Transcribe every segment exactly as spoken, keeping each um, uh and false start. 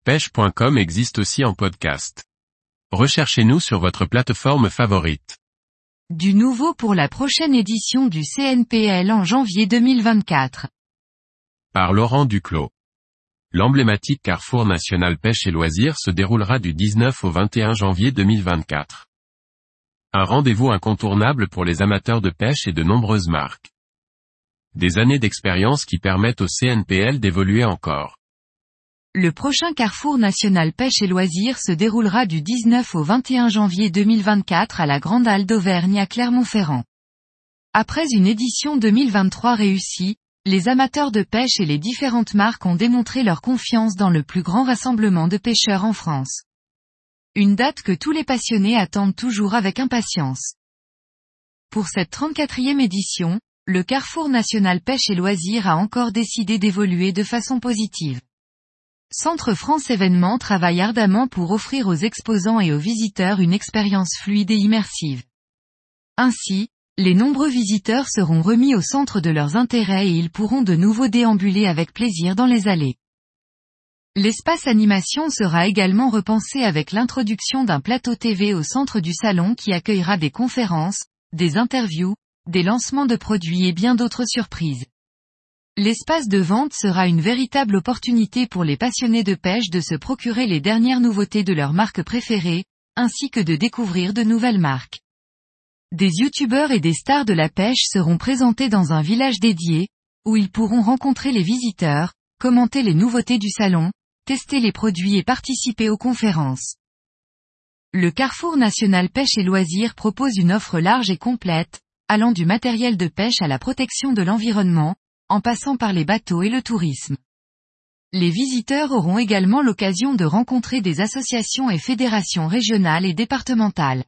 pêche point com existe aussi en podcast. Recherchez-nous sur votre plateforme favorite. Du nouveau pour la prochaine édition du C N P L en janvier deux mille vingt-quatre. Par Laurent Duclos. L'emblématique Carrefour National Pêche et Loisirs se déroulera du dix-neuf au vingt et un janvier deux mille vingt-quatre. Un rendez-vous incontournable pour les amateurs de pêche et de nombreuses marques. Des années d'expérience qui permettent au C N P L d'évoluer encore. Le prochain Carrefour National Pêche et Loisirs se déroulera du dix-neuf au vingt et un janvier deux mille vingt-quatre à la Grande Halle d'Auvergne à Clermont-Ferrand. Après une édition deux mille vingt-trois réussie, les amateurs de pêche et les différentes marques ont démontré leur confiance dans le plus grand rassemblement de pêcheurs en France. Une date que tous les passionnés attendent toujours avec impatience. Pour cette trente-quatrième édition, le Carrefour National Pêche et Loisirs a encore décidé d'évoluer de façon positive. Centre France Événements travaille ardemment pour offrir aux exposants et aux visiteurs une expérience fluide et immersive. Ainsi, les nombreux visiteurs seront remis au centre de leurs intérêts et ils pourront de nouveau déambuler avec plaisir dans les allées. L'espace animation sera également repensé avec l'introduction d'un plateau T V au centre du salon qui accueillera des conférences, des interviews, des lancements de produits et bien d'autres surprises. L'espace de vente sera une véritable opportunité pour les passionnés de pêche de se procurer les dernières nouveautés de leurs marques préférées, ainsi que de découvrir de nouvelles marques. Des youtubeurs et des stars de la pêche seront présentés dans un village dédié, où ils pourront rencontrer les visiteurs, commenter les nouveautés du salon, tester les produits et participer aux conférences. Le Carrefour National Pêche et Loisirs propose une offre large et complète, allant du matériel de pêche à la protection de l'environnement, en passant par les bateaux et le tourisme. Les visiteurs auront également l'occasion de rencontrer des associations et fédérations régionales et départementales.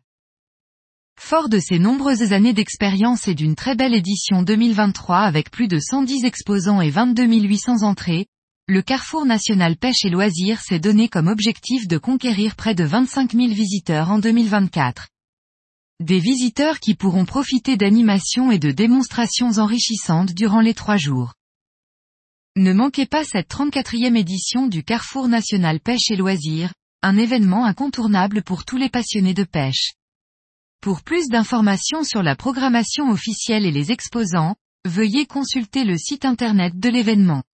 Fort de ses nombreuses années d'expérience et d'une très belle édition deux mille vingt-trois avec plus de cent dix exposants et vingt-deux mille huit cents entrées, le Carrefour National Pêche et Loisirs s'est donné comme objectif de conquérir près de vingt-cinq mille visiteurs en deux mille vingt-quatre. Des visiteurs qui pourront profiter d'animations et de démonstrations enrichissantes durant les trois jours. Ne manquez pas cette trente-quatrième édition du Carrefour National Pêche et Loisirs, un événement incontournable pour tous les passionnés de pêche. Pour plus d'informations sur la programmation officielle et les exposants, veuillez consulter le site internet de l'événement.